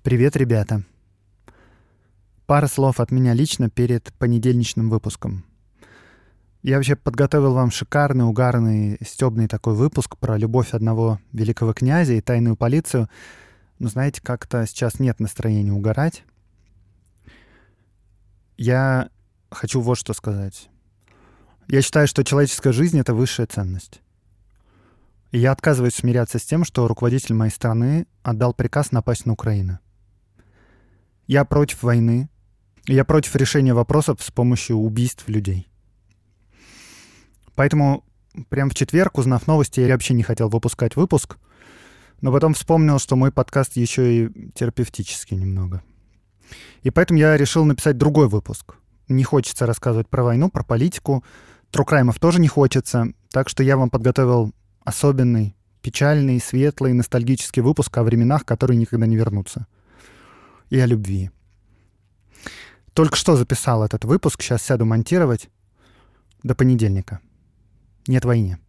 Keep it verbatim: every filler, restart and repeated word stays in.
Привет, ребята. Пара слов от меня лично перед понедельничным выпуском. Я вообще подготовил вам шикарный, угарный, стёбный такой выпуск про любовь одного великого князя и тайную полицию. Но знаете, как-то сейчас нет настроения угорать. Я хочу вот что сказать. Я считаю, что человеческая жизнь — это высшая ценность. И я отказываюсь смиряться с тем, что руководитель моей страны отдал приказ напасть на Украину. Я против войны. Я против решения вопросов с помощью убийств людей. Поэтому прямо в четверг, узнав новости, я вообще не хотел выпускать выпуск, но потом вспомнил, что мой подкаст еще и терапевтический немного. И поэтому я решил написать другой выпуск. Не хочется рассказывать про войну, про политику. Тру-краймов тоже не хочется. Так что я вам подготовил особенный, печальный, светлый, ностальгический выпуск о временах, которые никогда не вернутся. И о любви. Только что записал этот выпуск, сейчас сяду монтировать. До понедельника. Нет войне.